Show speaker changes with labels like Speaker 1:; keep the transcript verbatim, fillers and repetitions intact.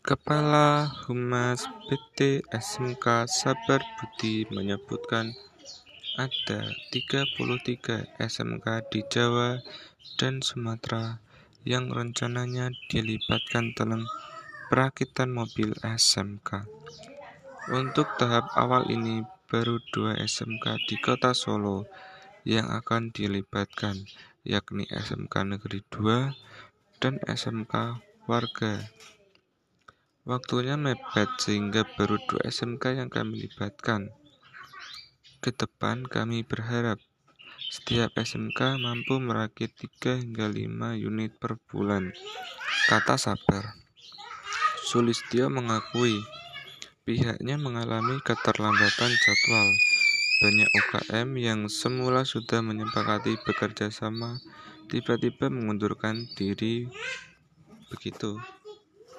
Speaker 1: Kepala Humas P T S M K Sabar Budi menyebutkan ada tiga puluh tiga S M K di Jawa dan Sumatera yang rencananya dilibatkan dalam perakitan mobil S M K. Untuk tahap awal ini baru dua S M K di Kota Solo yang akan dilibatkan, yakni S M K Negeri dua dan S M K Warga. Waktunya mepet sehingga baru dua S M K yang kami libatkan. Ke depan kami berharap setiap S M K mampu merakit tiga hingga lima unit per bulan, kata Sabar. Sulistyo mengakui pihaknya mengalami keterlambatan jadwal. Banyak U K M yang semula sudah menyepakati bekerja sama tiba-tiba mengundurkan diri begitu.